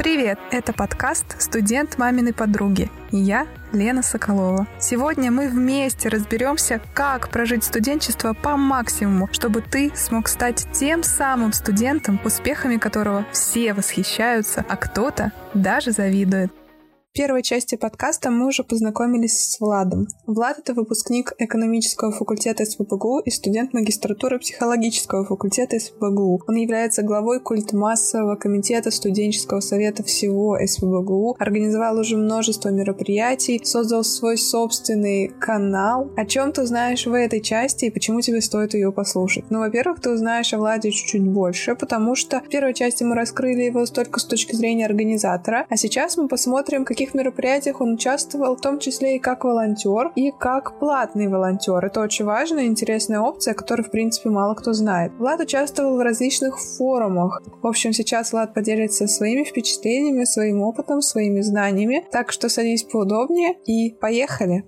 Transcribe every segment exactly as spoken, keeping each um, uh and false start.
Привет! Это подкаст «Студент маминой подруги» и я, Лена Соколова. Сегодня мы вместе разберемся, как прожить студенчество по максимуму, чтобы ты смог стать тем самым студентом, успехами которого все восхищаются, а кто-то даже завидует. В первой части подкаста мы уже познакомились с Владом. Влад — это выпускник экономического факультета эс вэ бэ гэ у и студент магистратуры психологического факультета эс вэ бэ гэ у. Он является главой культмассового комитета студенческого совета всего эс вэ бэ гэ у, организовал уже множество мероприятий, создал свой собственный канал. О чем ты узнаешь в этой части и почему тебе стоит ее послушать? Ну, во-первых, ты узнаешь о Владе чуть-чуть больше, потому что в первой части мы раскрыли его только с точки зрения организатора, а сейчас мы посмотрим, каких мероприятиях он участвовал, в том числе и как волонтер, и как платный волонтер. Это очень важная и интересная опция, о которой, в принципе, мало кто знает. Влад участвовал в различных форумах. В общем, сейчас Влад поделится своими впечатлениями, своим опытом, своими знаниями. Так что садись поудобнее и поехали!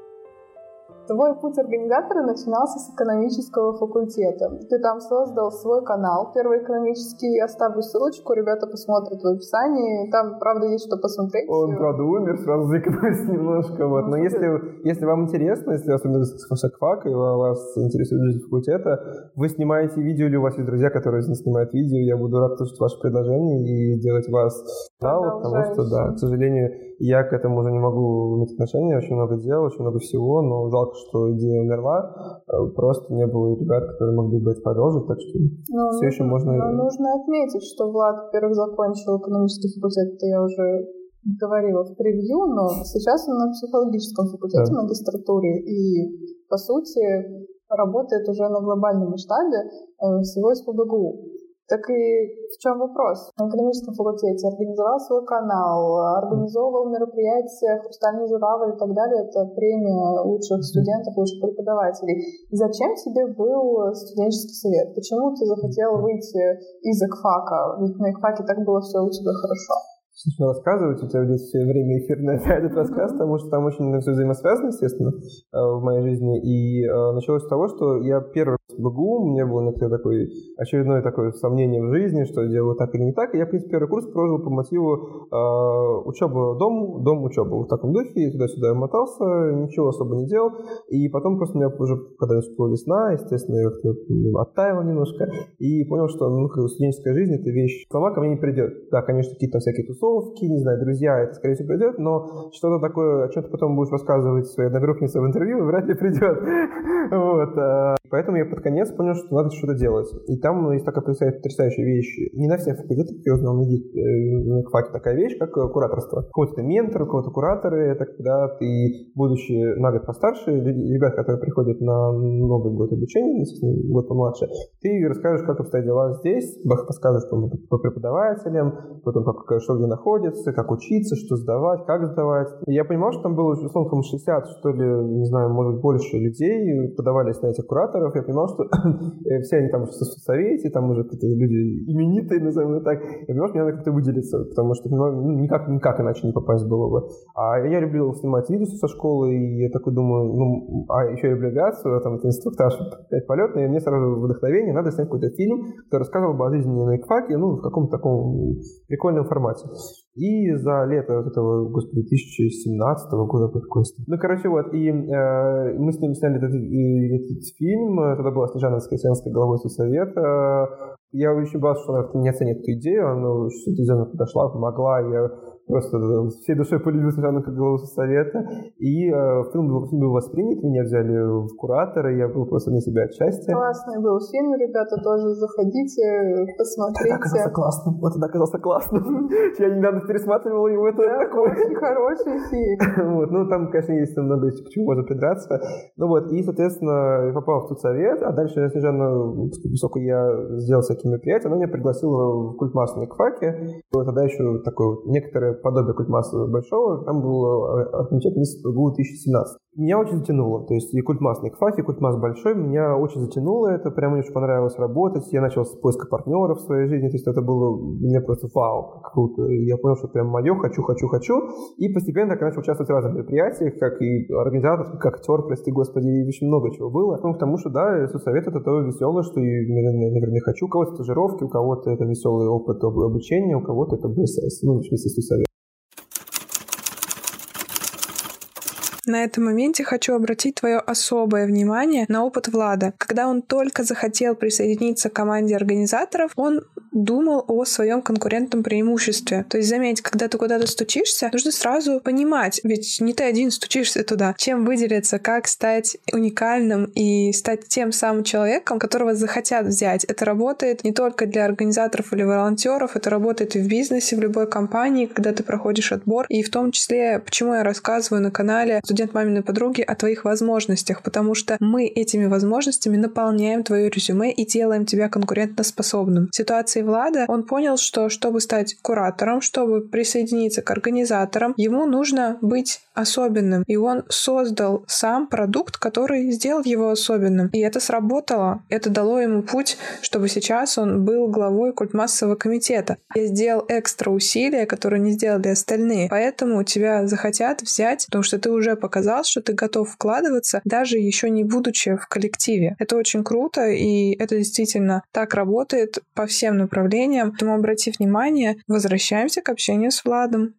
Твой путь организатора начинался с экономического факультета. Ты там создал свой канал, первый экономический. Я оставлю ссылочку, ребята посмотрят в описании. Там, правда, есть что посмотреть. Он, правда, умер, сразу заикнулся немножко. Вот. Но если, если вам интересно, если особенно фак, и вас интересует жизнь факультета, вы снимаете видео, или у вас есть друзья, которые снимают видео, я буду рад слушать ваши предложения и делать вас канал, потому что, да, к сожалению, я к этому уже не могу иметь отношения, очень много дел, очень много всего, но жалко, что идея умерла, просто не было ребят, которые могли бы это продолжить, так что но все нужно, еще можно... Но нужно отметить, что Влад, во-первых, закончил экономический факультет, это я уже говорила в превью, но сейчас он на психологическом факультете, да, магистратуре, и, по сути, работает уже на глобальном масштабе всего эс вэ бэ гэ у. Так и в чем вопрос? На экономическом факультете организовал свой канал, организовывал мероприятия «Хрустальный журавль» и так далее. Это премия лучших студентов, лучших преподавателей. Зачем тебе был студенческий совет? Почему ты захотел выйти из экфака? Ведь на экфаке так было все у тебя хорошо. Смешно рассказывать, у тебя будет все время эфирное на этот рассказ, потому что там очень все взаимосвязано, естественно, в моей жизни. И началось с того, что я первый раз в бэ гэ у, у меня было некоторое такое очередное такое сомнение в жизни, что я делаю так или не так. И я, в принципе, первый курс прожил по мотиву э, учеба-дом, дом-учеба. В таком духе, туда-сюда я мотался, ничего особо не делал. И потом просто у меня уже, когда наступила весна, естественно, я как-то оттаял немножко и понял, что ну, студенческая жизнь — это вещь сама ко мне не придет. Да, конечно, какие-то всякие тусовки, не знаю, друзья, это, скорее всего, придет, но что-то такое, о чем ты потом будешь рассказывать своей одногруппнице в интервью, вряд ли придет. Вот. Поэтому я под конец понял, что надо что-то делать. И там есть такая потрясающая вещь. Не на всех факультетах, я узнал, но есть на КФАКе такая вещь, как кураторство. У кого-то ментор, у кого-то кураторы. Это когда ты, будучи на год постарше, ребят, которые приходят на новый год обучения, естественно, год помладше, ты расскажешь, как обстоят дела здесь, подскажешь по преподавателям, потом как, что где находится, как учиться, что сдавать, как сдавать. И я понимал, что там было, условно, шестьдесят, что ли, не знаю, может быть, больше людей подавались на этих кураторов. Я понимал, что все они там в совете, там уже какие-то люди именитые, назовем это так. Я понимал, что мне надо как-то выделиться, потому что ну, никак, никак иначе не попасть было бы. А я любил снимать видео со школы, и я такой думаю, ну, а еще я люблю авиацию, там, это инструктаж пять полетный, и мне сразу вдохновение, надо снять какой-то фильм, который рассказывал бы о жизни на ИКФАКе, ну, в каком-то таком прикольном формате. И за лето вот этого, господи, две тысячи семнадцатого года, какой-то. Ну, короче, вот, и э, мы с ним сняли этот, этот фильм, тогда была Снежана Скосянская, главой соцсовета. Я очень боялся, что она как-то не оценит эту идею, она что-то подошла, помогла, я просто всей душой полюбил Снежану как главу совета. И э, фильм, был, фильм был воспринят, меня взяли в кураторы, я был просто вне себя от счастья. Классный был фильм, ребята, тоже заходите, посмотрите. Это оказался классным, вот это оказался классным. Я недавно пересматривал его, это такой. Очень хороший фильм. Вот, ну там, конечно, есть много к чему можно придраться. Ну вот, и, соответственно, я попал в тутсовет, а дальше Снежана, поскольку я сделал всякие мероприятия, она меня пригласила в культмасс на ИКФАКе. Тогда еще такое вот некоторое подобие культмасса большого, там был комитет эс вэ бэ гэ у две тысячи семнадцать. Меня очень затянуло. То есть и Культмас на ИКФАКе, Культмас большой, меня очень затянуло это, прям мне очень понравилось работать. Я начал с поиска партнеров в своей жизни, то есть это было мне просто вау, как круто. Я понял, что прям мое, хочу, хочу, хочу. И постепенно так я начал участвовать в разных мероприятиях, как и организатор, как актер, прости господи, и очень много чего было. Потому что, да, соцсовет это то веселое, что я, наверное, хочу. У кого-то стажировки, у кого-то это веселый опыт обучения, у кого-то это БСС, ну, в смысле, соцсовет. На этом моменте хочу обратить твое особое внимание на опыт Влада. Когда он только захотел присоединиться к команде организаторов, он думал о своем конкурентном преимуществе. То есть, заметь, когда ты куда-то стучишься, нужно сразу понимать, ведь не ты один стучишься туда, чем выделиться, как стать уникальным и стать тем самым человеком, которого захотят взять. Это работает не только для организаторов или волонтеров, это работает и в бизнесе, в любой компании, когда ты проходишь отбор. И в том числе, почему я рассказываю на канале «Студент маминой подруги» о твоих возможностях, потому что мы этими возможностями наполняем твое резюме и делаем тебя конкурентоспособным. В ситуации Влада он понял, что чтобы стать куратором, чтобы присоединиться к организаторам, ему нужно быть особенным. И он создал сам продукт, который сделал его особенным. И это сработало. Это дало ему путь, чтобы сейчас он был главой культмассового комитета. Я сделал экстра усилия, которые не сделали остальные. Поэтому тебя захотят взять, потому что ты уже показал, что ты готов вкладываться, даже еще не будучи в коллективе. Это очень круто, и это действительно так работает по всем направлениям. Поэтому обрати внимание, возвращаемся к общению с Владом.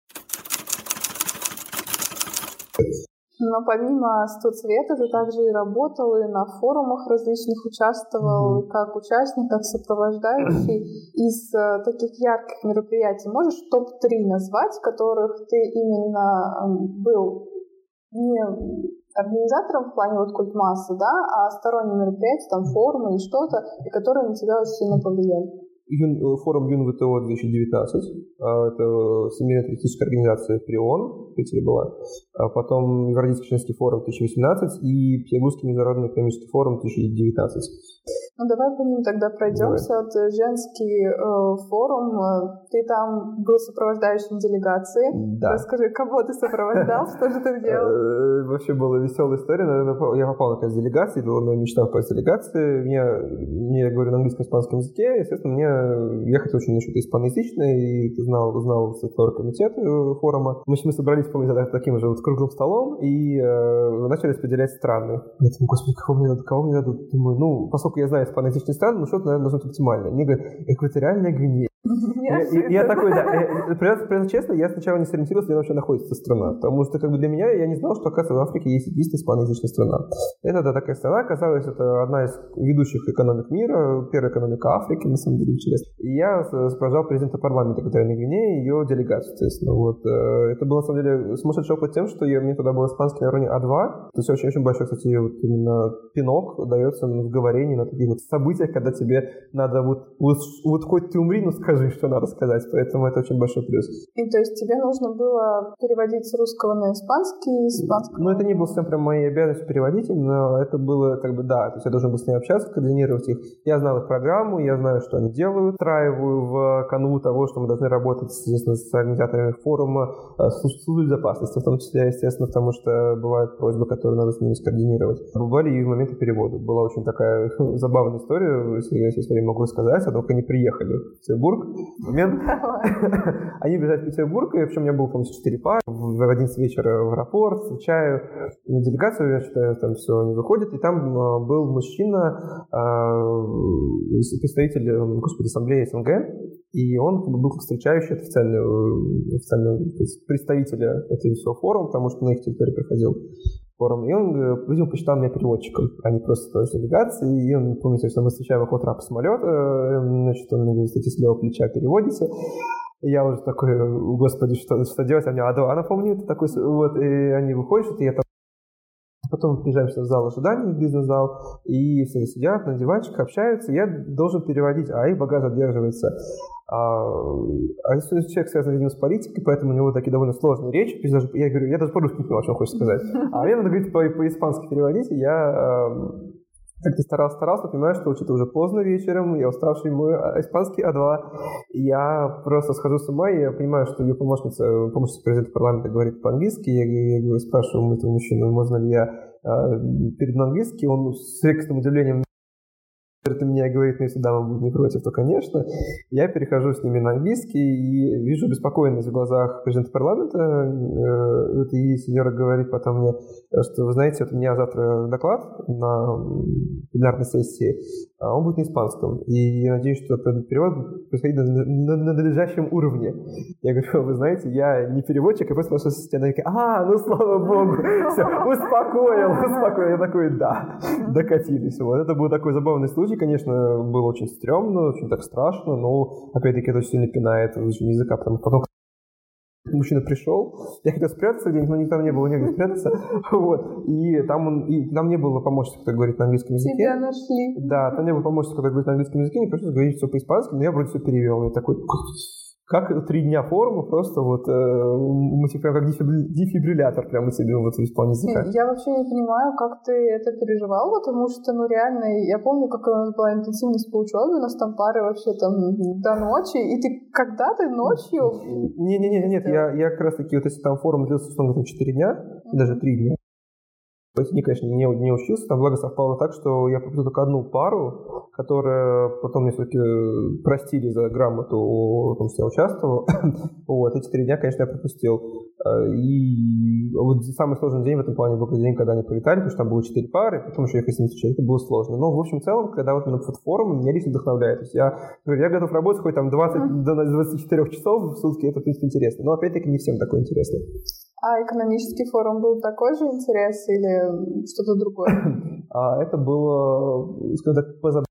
Но помимо студсовета ты также и работал, и на форумах различных участвовал, mm-hmm. как участник, как сопровождающий. Из э, таких ярких мероприятий можешь топ три назвать, в которых ты именно э, был не организатором в плане вот культмассы, да, а сторонние мероприятия, там форумы или что-то, и которые на тебя очень сильно повлияли? Юн, форум ЮН-ВТО две тысячи девятнадцать, это Всемирная туристическая организация ПРИОН в Питере была, а потом Евразийский членский форум две тысячи восемнадцать и Петербургский международный экономический форум две тысячи девятнадцать. Ну давай по ним тогда пройдемся. Вот женский э, форум, ты там был сопровождающим делегации. Да. Расскажи, кого ты сопровождал, что же ты делал? Вообще была веселая история. Я попал на делегации, была моя мечта попасть в делегации. Я говорю на английском и испанском языке, естественно, мне ехать очень что-то испаноязычное, и ты знал, знал социальный комитет форума. Мы, мы собрались, помню, таким же вот круглым столом и э, начали распределять страны. Я думаю, господи, кого мне дадут, кого мне дадут? Думаю, ну, поскольку я знаю испаноязычные страны, ну что-то, наверное, должно быть оптимальное. Мне говорят, экваториальная Гвинея. Я, я, я такой, да, признаться, признаться честно, я сначала не сориентировался, где вообще находится страна, потому что как бы для меня, я не знал, что, оказывается, в Африке есть единственная испаноязычная страна. Это да, такая страна, оказалось, это одна из ведущих экономик мира, первая экономика Африки, на самом деле, интересно. И я сопровождал президента парламента Экваториальной Гвинеи и ее делегацию, естественно. Вот. Это был, на самом деле, сумасшедший опыт тем, что я, мне тогда был испанский на уровне А два, то есть очень-очень большой, кстати, вот именно пинок дается в говорении на таких вот событиях, когда тебе надо вот, вот, вот хоть ты умри, но скажи, что надо сказать, поэтому это очень большой плюс. И то есть тебе нужно было переводить с русского на испанский, испанского? Ну, это не было совсем прям моей обязанностью переводить, но это было как бы, да, то есть я должен был с ними общаться, координировать их. Я знал их программу, я знаю, что они делают, встраиваю в канву того, что мы должны работать, естественно, с организаторами форума, с службой безопасности, в том числе, естественно, потому что бывают просьбы, которые надо с ними скоординировать. Бывали и в моменты перевода. Была очень такая забавная история, если я сейчас время могу рассказать, а только они приехали в Петербург. Момент. Они приезжают в Петербург, и причем у меня было, по-моему, четыре пары. В одиннадцать вечера в аэропорт, встречаю делегацию, я считаю, там все не выходит, и там был мужчина, представитель, господи, ассамблеи СНГ, и он был встречающий официальный, официальный представителя этого всего форума, потому что на их территории проходил форум, и он, видимо, посчитал меня переводчиком, а не просто той делегацией, и он, помните, что мы встречаем охот раб самолета, значит, он говорит, кстати, с левого плеча переводите, и я уже такой, господи, что, что делать, а мне, а да, она помнит, такой, вот, и они выходят, и я там, потом мы приезжаем в зал ожидания, в бизнес-зал, и все сидят на диванчиках, общаются, я должен переводить, а их багаж задерживается. А, а человек связан, видимо, с политикой, поэтому у него такие довольно сложные речи. Я говорю, я даже по-русски не понимаю, что он хочет сказать. А мне надо говорить по- по-испански переводить, и я как ты старался, старался, понимаешь, что учиться уже поздно вечером, я уставший, мой испанский а два, и я просто схожу с ума, и я понимаю, что ее помощница, помощница президента парламента говорит по-английски, я, я, я спрашиваю у этого мужчины, можно ли я э, перейду на английский, он с редким удивлением это меня говорит, но если дама будет не против, то, конечно. Я перехожу с ними на английский и вижу беспокойность в глазах президента парламента. И сеньора говорит потом мне, что, вы знаете, вот у меня завтра доклад на пленарной сессии, а он будет на испанском. И я надеюсь, что перевод происходит на, на, на надлежащем уровне. Я говорю, вы знаете, я не переводчик, я просто ваш ассистент. Она такая, а, ну слава богу, все, успокоил, успокоил. Я такой, да, докатились. Вот. Это был такой забавный случай. Конечно, было очень стрёмно, очень так страшно, но, опять-таки, это очень сильно пинает изучение языка, потому что потом мужчина пришел, я хотел спрятаться где-нибудь, но там не было негде спрятаться, вот, и там, он, и там не было помощника, который говорит на английском языке. Тебя нашли. Да, там не было помощника, который говорит на английском языке, мне пришлось говорить все по-испански, но я вроде все перевел, я такой... Как три дня форума, просто вот э, мы типа как дефибриллятор прямо себе вот в исполнении языка. Я вообще не понимаю, как ты это переживал, потому что, ну реально, я помню, как у нас была интенсивность по учебе, у нас там пары вообще там до ночи, и ты когда ты ночью... Не-не-не, нет, я, я как раз таки, вот если там форум длился, условно, там четыре дня, mm-hmm. даже три дня, то есть, конечно, не, не учился, там благо совпало так, что я пропустил только одну пару, которая потом мне все-таки простили за грамоту о том, что я участвовал. Вот, эти три дня, конечно, я пропустил. И вот самый сложный день в этом плане был день, когда они прилетали, потому что там было четыре пары, потом еще ехать с ними встречать, это было сложно. Но, в общем, в целом, когда вот на форум, меня лично вдохновляет. То есть я говорю, я готов работать хоть там двадцать до двадцати четырёх часов в сутки, это, в принципе, интересно. Но, опять-таки, не всем такое интересно. А экономический форум был такой же интерес или что-то другое? А это было, скажем так, позабавно,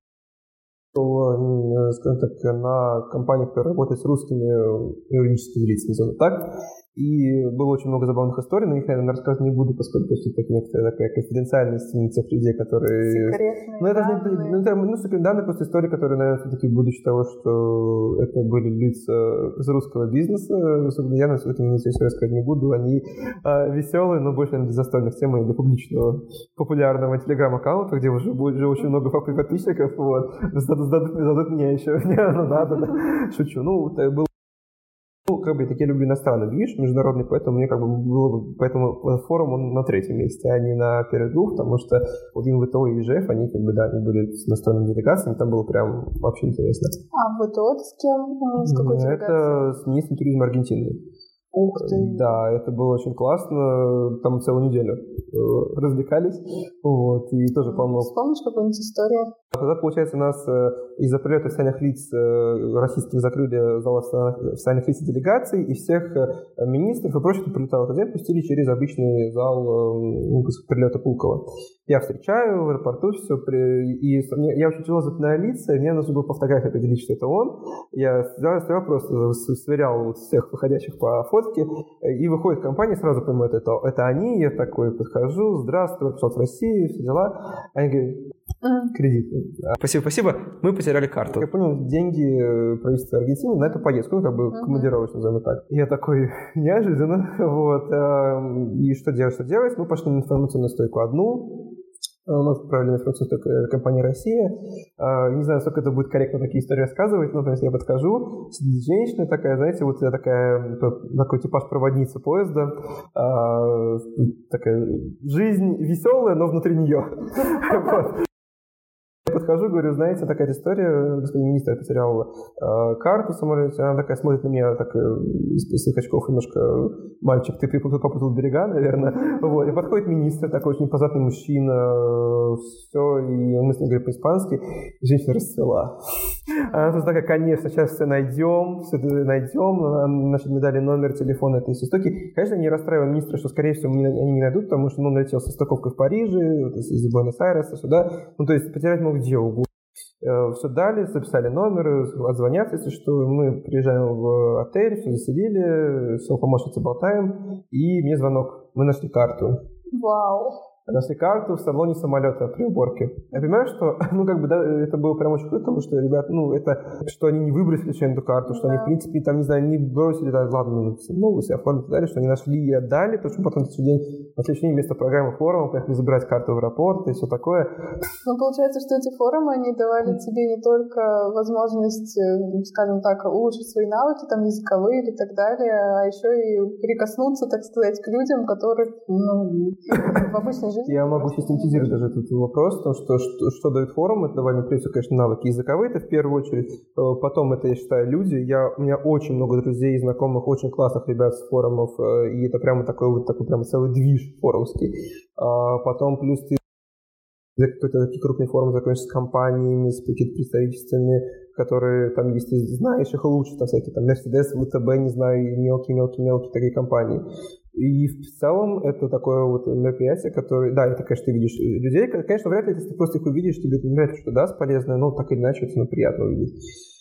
скажем так, на компаниях, которые работают с русскими юридическими лицами, назовем так. И было очень много забавных историй, но их, наверное, рассказывать не буду, поскольку все-таки некоторая такая конфиденциальность тех людей, которые... Секретные ну, это данные. Же, ну, это, ну, секретные данные, просто истории, которые, наверное, все-таки в будущем того, что это были лица из русского бизнеса, особенно я на этом все рассказать не буду, они а, веселые, но больше, наверное, для застольных тем и для публичного популярного телеграм-аккаунта, где уже будет уже очень много подписчиков, вот, сдадут, сдадут, сдадут меня еще, не, ну надо, да. Шучу, ну, это было. Ну, как бы, так я люблю иностранный движ, международный, поэтому мне как бы было бы, поэтому форум он на третьем месте, а не на первых двух, потому что вот ВТО и ИЖФ, они как бы, да, они были с иностранными делегациями, там было прям вообще интересно. А ВТО с кем? С какой делегацией? Это с министром туризма Аргентины. Ух ты! Да, это было очень классно, там целую неделю развлекались, вот, и тоже полно... Вспомнишь какую-нибудь историю? Тогда, получается, у нас из-за прилета официальных лиц российских закрыли зал официальных лиц делегаций, и всех министров и прочих, кто прилетал в Казань, пустили через обычный зал ну, прилета Пулково. Я встречаю в аэропорту, все, и я очень тяжело запоминаю лица, и мне нужно было по фотографии определить, что это он. Я стоял просто, сверял всех выходящих по фотке, и выходит компания, сразу понимаю, это, это они, я такой подхожу, здравствуй, пришел в Россию, все дела. Они говорят, кредит. Спасибо, спасибо, мы потеряли карту. Я понял, деньги правительства Аргентины на эту поездку, ну, как бы командировочно, назовем так. Я такой, неожиданно, вот. И что делать, что делать? Мы пошли на информационную стойку одну. У нас отправили на информационную компанию «Россия». Не знаю, насколько это будет корректно такие истории рассказывать, но если я подхожу, сидит женщина такая, знаете, вот такая, такой типаж проводницы поезда, такая жизнь веселая, но внутри нее. Я подхожу, говорю, знаете, такая история, господин министр потерял э, карту в самолете, она такая смотрит на меня, так, из своих очков немножко, мальчик, ты попутал берега, наверное, вот, и подходит министр, такой очень позатый мужчина, все, и мы с ним говорим по-испански, и женщина расцвела. Она тут такая, конечно, сейчас все найдем, все найдем, значит, мне дали номер телефона этой истоки. Конечно, не расстраиваем министра, что, скорее всего, они не найдут, потому что он летел со стыковкой в Париже, из Буэнос-Айреса сюда, ну, то есть потерять могут где угодно. Все дали, записали номер, отзвонятся, если что. Мы приезжаем в отель, все заселили, все, помощницы болтаем, и мне звонок. Мы нашли карту. Вау. Нашли карту в салоне самолета при уборке. Я понимаю, что, ну, как бы, да, это было прям очень круто, потому что, ребят, ну, это, что они не выбросили случайно эту карту, что да. они, в принципе, там, не знаю, не бросили, да, ладно, ну, новую себе оформить и так далее, что они нашли и отдали, потому что потом на следующий день, на следующий день вместо программы форума поехали забирать карту в аэропорт и все такое. Ну, получается, что эти форумы, они давали тебе не только возможность, скажем так, улучшить свои навыки, там, языковые или так далее, а еще и прикоснуться, так сказать, к людям, которых, ну, в обычной жизни... Я могу систематизировать даже этот вопрос, потому что, что что дает форум, это довольно, прежде всего, конечно, навыки языковые, это в первую очередь, потом это, я считаю, люди. Я, у меня очень много друзей и знакомых, очень классных ребят с форумов, и это прямо такой вот такой прямо целый движ форумский. А потом плюс ты какой-то такие крупные форумы закончишь с компаниями, с какими-то представительствами, которые там есть, ты знаешь их лучше, там всякие там Mercedes, вэ тэ бэ, не знаю, мелкие-мелкие-мелкие такие компании. И в целом это такое вот мероприятие, которое, да, это, конечно, ты видишь людей, конечно, вряд ли, если ты просто их увидишь, тебе это не вряд ли что даст полезное, но так или иначе это ну, приятно увидеть.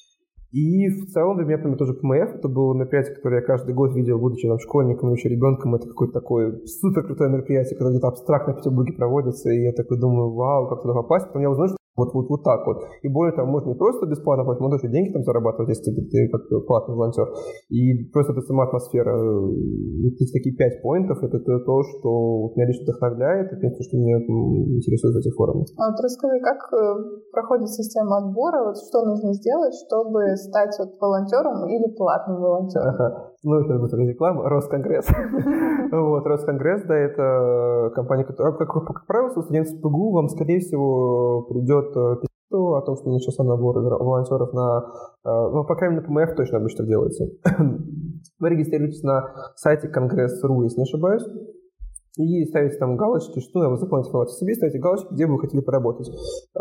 И в целом для меня, например, тоже пэ эм эф, это было мероприятие, которое я каждый год видел, будучи там школьником или еще ребенком, это какое-то такое супер крутое мероприятие, которое где-то абстрактно в Петербурге проводится, и я такой думаю, вау, как туда попасть, потом я узнал, что вот, вот, вот так вот. И более того, можно не просто бесплатно платить, можно еще деньги там зарабатывать, если ты, ты как платный волонтер. И просто эта сама атмосфера, эти такие пять поинтов, это то, что меня лично вдохновляет, это то, что меня интересует в этих форумах. А вот расскажи, как проходит система отбора, вот что нужно сделать, чтобы стать вот волонтером или платным волонтером? Ага. Ну, это будет реклама, Росконгресс. Вот, Росконгресс, да, это компания, которая, как правило, студент пэ гэ у вам, скорее всего, придет письмо о том, что начался набор волонтеров на, ну, по крайней мере, на пэ эм эф точно обычно делается. Вы регистрируетесь на сайте конгресс точка ру, если не ошибаюсь, и ставите там галочки, что ну, вы заполняете информацию себе, ставите галочки, где бы вы хотели поработать.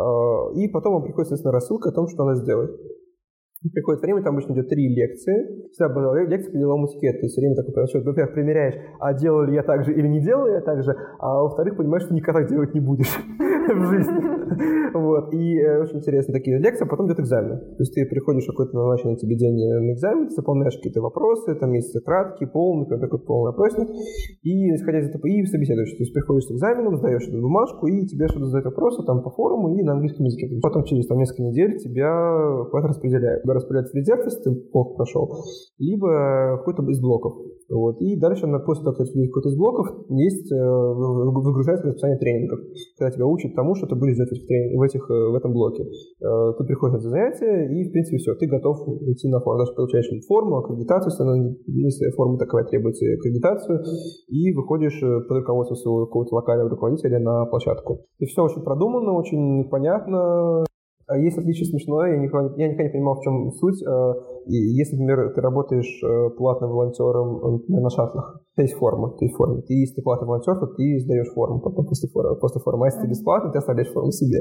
И потом вам приходит, соответственно, рассылка о том, что надо сделать. Приходит время, там обычно идет три лекции. Всегда была лекция по деловому этикету. Ты все время такой, во-первых, примеряешь, а делал ли я так же или не делал я так же, а во-вторых, понимаешь, что никогда так делать не будешь в жизни. Вот. И э, очень интересно такие лекции, а потом идет экзамен. То есть ты приходишь в какой-то назначенный тебе день на экзамен, ты заполняешь какие-то вопросы, там есть краткий, полный, такой полный опросник, и исходя из этого, и собеседуешь. То есть приходишь с экзаменом, сдаешь эту бумажку, и тебе что-то задают вопросы там по форуму и на английском языке. Потом через там, несколько недель тебя куда-то распределяют. Тебя распределяют в резерв, если ты плохо прошел, либо какой-то из блоков. Вот. И дальше, после того, как ты какой-то из блоков, есть, выгружается расписание тренингов, когда тебя учат тому, что ты будешь делать в, этих тренинг, в, этих, в этом блоке. Ты приходишь на это занятие, и, в принципе, все, ты готов идти на форум. Даже получаешь форму, аккредитацию, если, она, если форма таковая требуется, аккредитацию, и выходишь под руководством своего какого-то локального руководителя на площадку. И все очень продумано, очень понятно. Есть отличие смешное, я никогда, я никогда не понимал, в чем суть. Если, например, ты работаешь платным волонтером на шаттлах, у тебя есть форма, ты есть форма. Ты, если ты платный волонтер, то ты сдаешь форму потом после формы. После формы. А если ты бесплатный, ты оставляешь форму себе.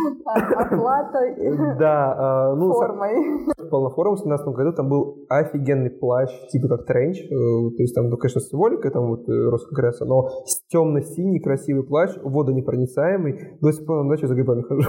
Оплата да, ну, формой. На форуме в две тысячи семнадцатом году там был офигенный плащ, типа как тренч. То есть там, ну, конечно, с символикой там вот Росконгресса, но темно-синий красивый плащ, водонепроницаемый. До сих пор на дачу за грибами хожу.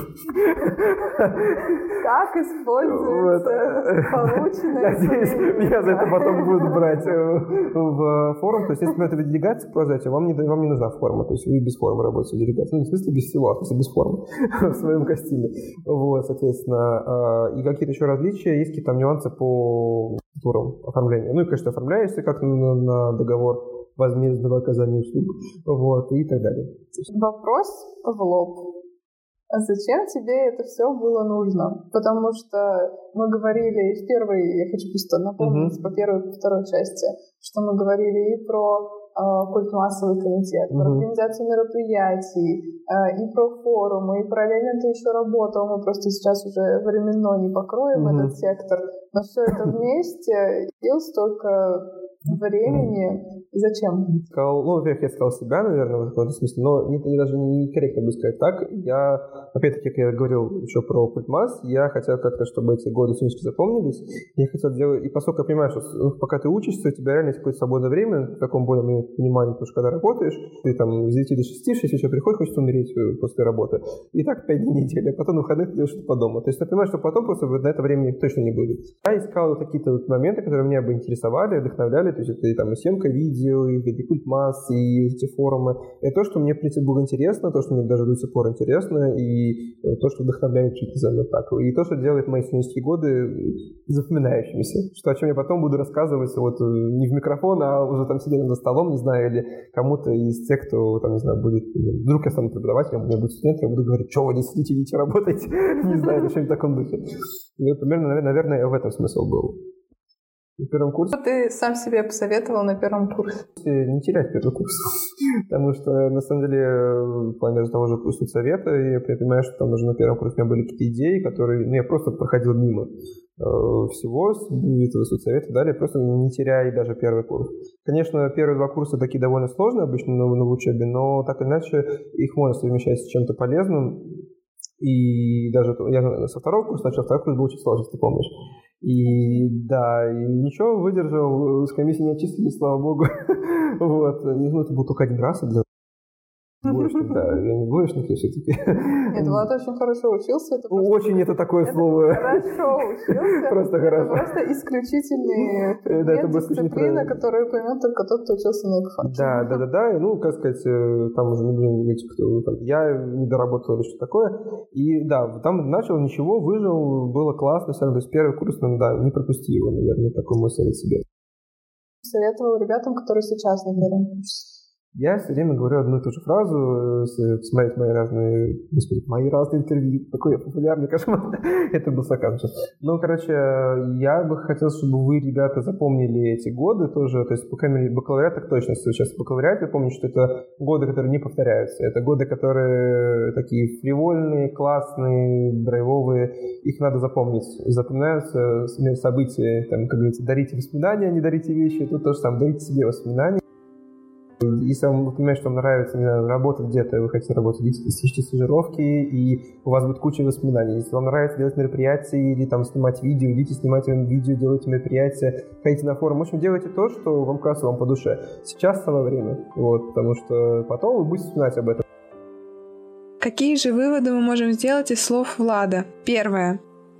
Как используется полученное? Надеюсь, меня за это потом будут брать в форум. То есть, если это делегация по зачем, вам не, вам не нужна форма. То есть, вы без формы работаете в делегации. Ну, не в смысле без всего, а в смысле без формы в своем костюме. Вот, соответственно. И какие-то еще различия, есть какие-то там нюансы по культурам оформления. Ну, и, конечно, оформляешься как на, на договор возмездного оказания услуг. Вот, и так далее. Вопрос в лоб. А зачем тебе это все было нужно? Потому что мы говорили в первой, я хочу просто напомнить, mm-hmm. по первой и по второй части, что мы говорили и про э, культмассовый комитет, mm-hmm. про организацию мероприятий, э, и про форумы, и параллельно ты еще работал. Мы просто сейчас уже временно не покроем mm-hmm. этот сектор, но все это вместе и столько времени. Зачем? Сказал, ну, во-первых, я сказал себя, наверное, в каком-то смысле, но не, не, даже некорректно будет сказать так. Я, опять-таки, как я говорил еще про культмасс, я хотел как-то, чтобы эти годы финишки запомнились. Я хотел делать, и поскольку я понимаю, что пока ты учишься, у тебя реально есть какое-то свободное время, в таком более понимании, потому что когда работаешь, ты там с девяти до шести, в шесть вечера приходишь, хочется умереть после работы. И так пять дней недели, а потом на выходных ты делаешь что-то по дому. То есть я понимаю, что потом просто на это времени точно не будет. Я искал какие-то вот моменты, которые меня бы интересовали, вдохновляли, То есть это и там и съемка видео, и культ масс, и эти форумы. Это то, что мне, в принципе, было интересно, то, что мне даже до сих пор интересно, и то, что вдохновляет чуть ли так. И то, что делает мои студенческие годы запоминающимися. Что, о чем я потом буду рассказывать вот не в микрофон, а уже там сидя за столом, не знаю, или кому-то из тех, кто, там, не знаю, будет... Вдруг я стану преподавателем, у меня будет студент, я буду говорить, что вы здесь сидите, идите работать. Не знаю, на чем-то таком духе. И примерно, наверное, в этом смысл был. На первом курсе... Что ты сам себе посоветовал на первом курсе? Не терять первый курс. Потому что, на самом деле, в плане того же курса совета, я понимаю, что там уже на первом курсе у меня были какие-то идеи, которые... Ну, я просто проходил мимо всего, этого соцсовета, далее, просто не теряя даже первый курс. Конечно, первые два курса такие довольно сложные обычно на, на учебе, но так или иначе их можно совмещать с чем-то полезным. И даже я со второго курса начал, второй курс был очень сложный, если ты помнишь. И да, и ничего, выдержал, с комиссии не отчислили, слава богу. Вот. Ну, это был только один раз, а для двоечник, да, я не двоечник, я все-таки. Нет, Влад очень хорошо учился. Это очень это такое слово. Хорошо учился. Просто хорошо. Это просто исключительный предмет, дисциплина, которую поймет только тот, кто учился на экофаке. Да, да, да, да. Ну, как сказать, там уже не будем говорить, кто я не доработал или что такое. И да, там начал, ничего, выжил, было классно. То есть первый курс, да, не пропусти его, наверное, такой мой совет себе. Советовал ребятам, которые сейчас на первом курсе. Я все время говорю одну и ту же фразу, если посмотреть мои разные, господи, мои разные интервью, такой я популярный кошмар, это был стакан сейчас. Ну, короче, я бы хотел, чтобы вы, ребята, запомнили эти годы тоже, то есть, по крайней мере, бакалавриат так точно, сейчас бакалавриат, я помню, что это годы, которые не повторяются, это годы, которые такие фривольные, классные, драйвовые, их надо запомнить, запоминаются события, там, как говорится, дарите воспоминания, не дарите вещи, тут тоже там, дарите себе воспоминания. Если вам, вы понимаете, что вам нравится не знаю, работать где-то, вы хотите работать, идите, ищите стажировки, и у вас будет куча воспоминаний. Если вам нравится делать мероприятия или там снимать видео, идите снимать видео, делайте мероприятия, ходите на форум. В общем, делайте то, что вам кажется вам по душе. Сейчас самое время, вот, потому что потом вы будете вспоминать об этом. Какие же выводы мы можем сделать из слов Влада? Первое.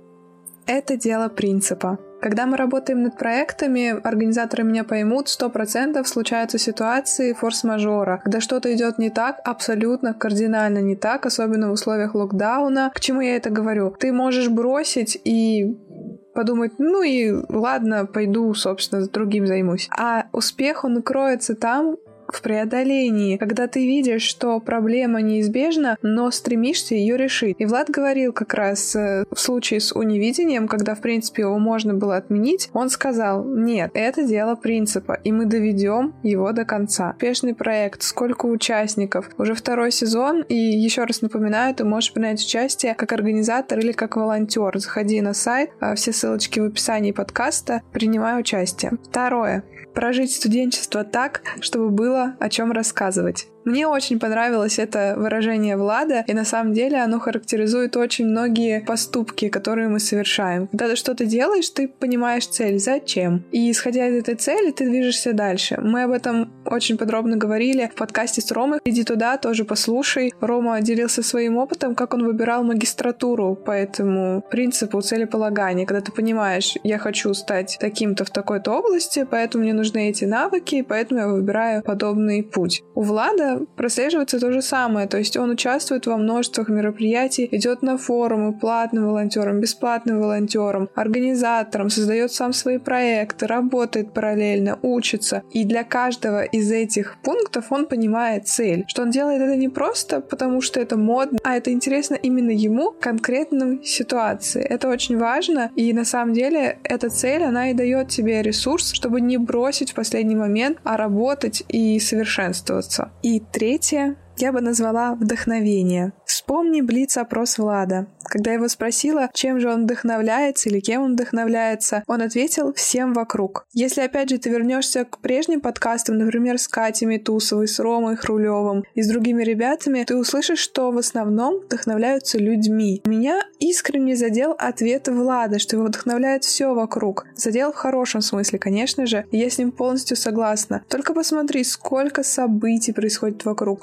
Это дело принципа. Когда мы работаем над проектами, организаторы меня поймут, сто процентов случаются ситуации форс-мажора, когда что-то идет не так, абсолютно кардинально не так, особенно в условиях локдауна. К чему я это говорю? Ты можешь бросить и подумать, ну и ладно, пойду, собственно, другим займусь. А успех, он кроется там, в преодолении, когда ты видишь, что проблема неизбежна, но стремишься ее решить. И Влад говорил как раз э, в случае с унивидением, когда, в принципе, его можно было отменить, он сказал, нет, это дело принципа, и мы доведем его до конца. Успешный проект, сколько участников, уже второй сезон, и еще раз напоминаю, ты можешь принять участие как организатор или как волонтер. Заходи на сайт, все ссылочки в описании подкаста, принимай участие. Второе. Прожить студенчество так, чтобы было о чем рассказывать. Мне очень понравилось это выражение Влада, и на самом деле оно характеризует очень многие поступки, которые мы совершаем. Когда ты что-то делаешь, ты понимаешь цель, зачем. И исходя из этой цели, ты движешься дальше. Мы об этом очень подробно говорили в подкасте с Ромой. Иди туда, тоже послушай. Рома делился своим опытом, как он выбирал магистратуру по этому принципу целеполагания. Когда ты понимаешь, я хочу стать таким-то в такой-то области, поэтому мне нужны эти навыки, поэтому я выбираю подобный путь. У Влада прослеживается то же самое, то есть он участвует во множествах мероприятий, идет на форумы платным волонтером, бесплатным волонтером, организатором, создает сам свои проекты, работает параллельно, учится. И для каждого из этих пунктов он понимает цель, что он делает это не просто потому, что это модно, а это интересно именно ему в конкретной ситуации. Это очень важно, и на самом деле эта цель, она и дает тебе ресурс, чтобы не бросить в последний момент, а работать и совершенствоваться. И третье я бы назвала вдохновение. Вспомни блиц-опрос Влада. Когда его спросила, чем же он вдохновляется или кем он вдохновляется, он ответил всем вокруг. Если опять же ты вернешься к прежним подкастам, например, с Катей Митусовой, с Ромой Хрулевым и с другими ребятами, ты услышишь, что в основном вдохновляются людьми. Меня искренне задел ответ Влада, что его вдохновляет все вокруг. Задел в хорошем смысле, конечно же, и я с ним полностью согласна. Только посмотри, сколько событий происходит вокруг, сколько вокруг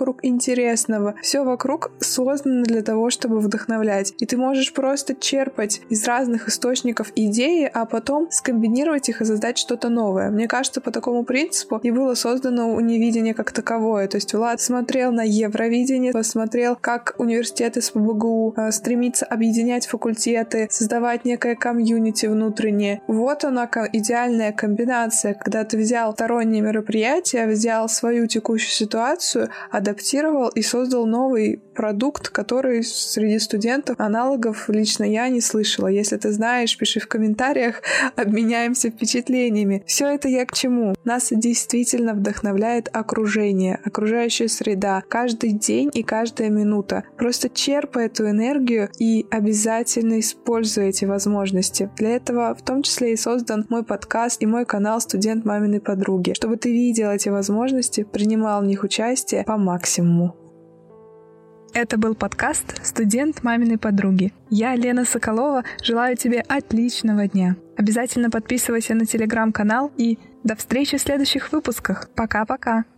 вокруг интересного, все вокруг создано для того, чтобы вдохновлять. И ты можешь просто черпать из разных источников идеи, а потом скомбинировать их и создать что-то новое. Мне кажется, по такому принципу и было создано унивидение как таковое. То есть Влад смотрел на Евровидение, посмотрел, как университет эс пэ бэ гэ у э, стремится объединять факультеты, создавать некое комьюнити внутреннее. Вот она, идеальная комбинация, когда ты взял сторонние мероприятия, взял свою текущую ситуацию, адаптировал и создал новый продукт, который среди студентов аналогов лично я не слышала. Если ты знаешь, пиши в комментариях, обменяемся впечатлениями. Все это я к чему? Нас действительно вдохновляет окружение, окружающая среда, каждый день и каждая минута. Просто черпай эту энергию и обязательно используй эти возможности. Для этого в том числе и создан мой подкаст и мой канал «Студент маминой подруги», чтобы ты видел эти возможности, принимал в них участие по максимуму. Это был подкаст «Студент маминой подруги». Я, Лена Соколова, желаю тебе отличного дня. Обязательно подписывайся на телеграм-канал и до встречи в следующих выпусках. Пока-пока.